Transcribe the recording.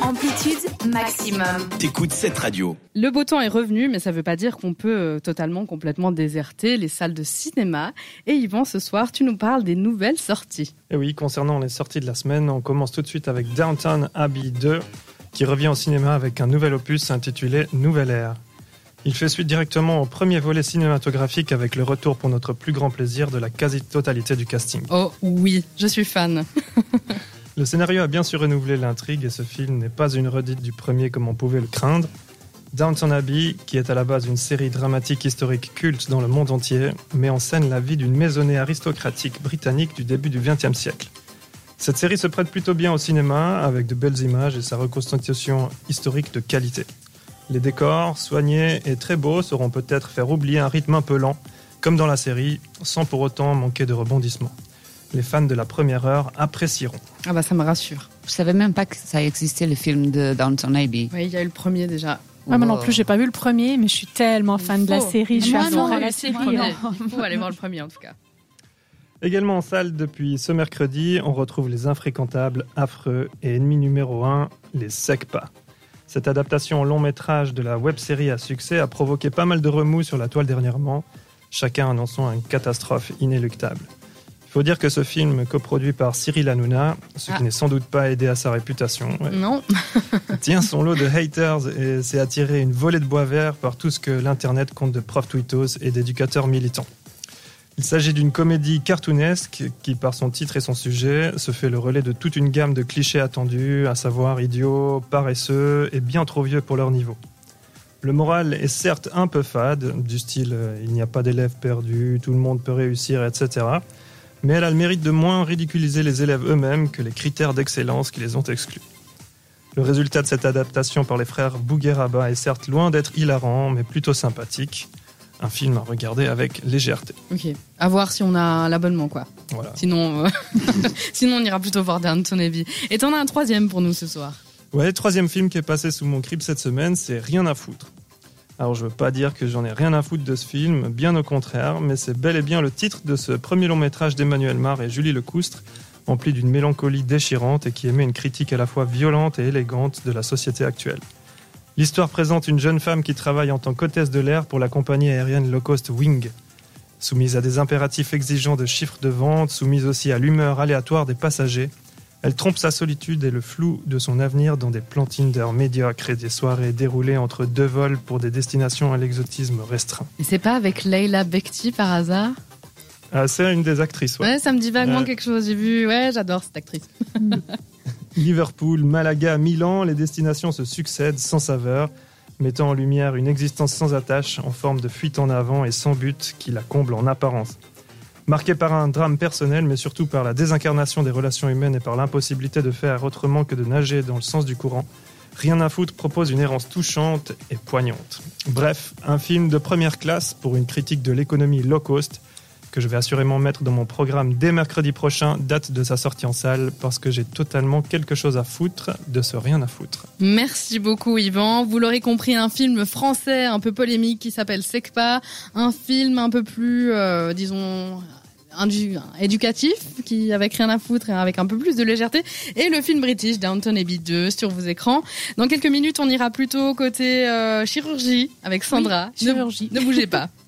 Amplitude maximum. T'écoutes cette radio. Le beau temps est revenu, mais ça veut pas dire qu'on peut complètement déserter les salles de cinéma. Et Yvan, ce soir, tu nous parles des nouvelles sorties. Et oui, concernant les sorties de la semaine, on commence tout de suite avec Downton Abbey 2, qui revient au cinéma avec un nouvel opus intitulé Nouvelle Ère. Il fait suite directement au premier volet cinématographique avec le retour pour notre plus grand plaisir de la quasi-totalité du casting. Oh oui, je suis fan. Le scénario a bien sûr renouvelé l'intrigue et ce film n'est pas une redite du premier comme on pouvait le craindre. Downton Abbey, qui est à la base une série dramatique historique culte dans le monde entier, met en scène la vie d'une maisonnée aristocratique britannique du début du XXe siècle. Cette série se prête plutôt bien au cinéma, avec de belles images et sa reconstitution historique de qualité. Les décors, soignés et très beaux, sauront peut-être faire oublier un rythme un peu lent, comme dans la série, sans pour autant manquer de rebondissements. Les fans de la première heure apprécieront. Ah bah ça me rassure. Je savais même pas que ça existait, le film de Downton Abbey. Oui, il y a eu le premier déjà. Ouais, moi non plus, j'ai pas vu le premier, mais je suis tellement fan de la série. Je suis à fond dans la série. Il faut aller voir le premier en tout cas. Également en salle depuis ce mercredi, on retrouve les infréquentables, affreux et ennemis numéro 1, les SECPA. Cette adaptation en long métrage de la web-série à succès a provoqué pas mal de remous sur la toile dernièrement, chacun annonçant une catastrophe inéluctable. Il faut dire que ce film, coproduit par Cyril Hanouna, ce qui n'est sans doute pas aidé à sa réputation, non. tient son lot de haters et s'est attiré une volée de bois vert par tout ce que l'internet compte de profs tweetos et d'éducateurs militants. Il s'agit d'une comédie cartoonesque qui, par son titre et son sujet, se fait le relais de toute une gamme de clichés attendus, à savoir idiots, paresseux et bien trop vieux pour leur niveau. Le moral est certes un peu fade, du style « il n'y a pas d'élèves perdus, tout le monde peut réussir, etc. » Mais elle a le mérite de moins ridiculiser les élèves eux-mêmes que les critères d'excellence qui les ont exclus. Le résultat de cette adaptation par les frères Bougueraba est certes loin d'être hilarant, mais plutôt sympathique. Un film à regarder avec légèreté. Ok, à voir si on a l'abonnement, quoi. Voilà. Sinon, on ira plutôt voir Downton Abbey. Et t'en as un troisième pour nous ce soir. Ouais, troisième film qui est passé sous mon crible cette semaine, c'est Rien à foutre. Alors je veux pas dire que j'en ai rien à foutre de ce film, bien au contraire, mais c'est bel et bien le titre de ce premier long métrage d'Emmanuel Mar et Julie Lecoustre, empli d'une mélancolie déchirante et qui émet une critique à la fois violente et élégante de la société actuelle. L'histoire présente une jeune femme qui travaille en tant qu'hôtesse de l'air pour la compagnie aérienne low-cost Wing. Soumise à des impératifs exigeants de chiffres de vente, soumise aussi à l'humeur aléatoire des passagers, elle trompe sa solitude et le flou de son avenir dans des plantines d'heures médiocres et des soirées déroulées entre deux vols pour des destinations à l'exotisme restreint. Et c'est pas avec Leila Bekti par hasard ? Ah, c'est une des actrices, ouais. Ouais, ça me dit vaguement quelque chose. J'ai vu, j'adore cette actrice. Liverpool, Malaga, Milan, les destinations se succèdent sans saveur, mettant en lumière une existence sans attache, en forme de fuite en avant et sans but qui la comble en apparence. Marqué par un drame personnel, mais surtout par la désincarnation des relations humaines et par l'impossibilité de faire autrement que de nager dans le sens du courant, Rien à foutre propose une errance touchante et poignante. Bref, un film de première classe pour une critique de l'économie low cost, que je vais assurément mettre dans mon programme dès mercredi prochain, date de sa sortie en salle, parce que j'ai totalement quelque chose à foutre de ce Rien à foutre. Merci beaucoup Yvan. Vous l'aurez compris, un film français un peu polémique qui s'appelle SECPA, un film un peu plus, éducatif, qui avec Rien à foutre et avec un peu plus de légèreté, et le film british Downton Abbey 2 sur vos écrans. Dans quelques minutes, on ira plutôt côté chirurgie avec Sandra. Oui, chirurgie. Ne bougez pas.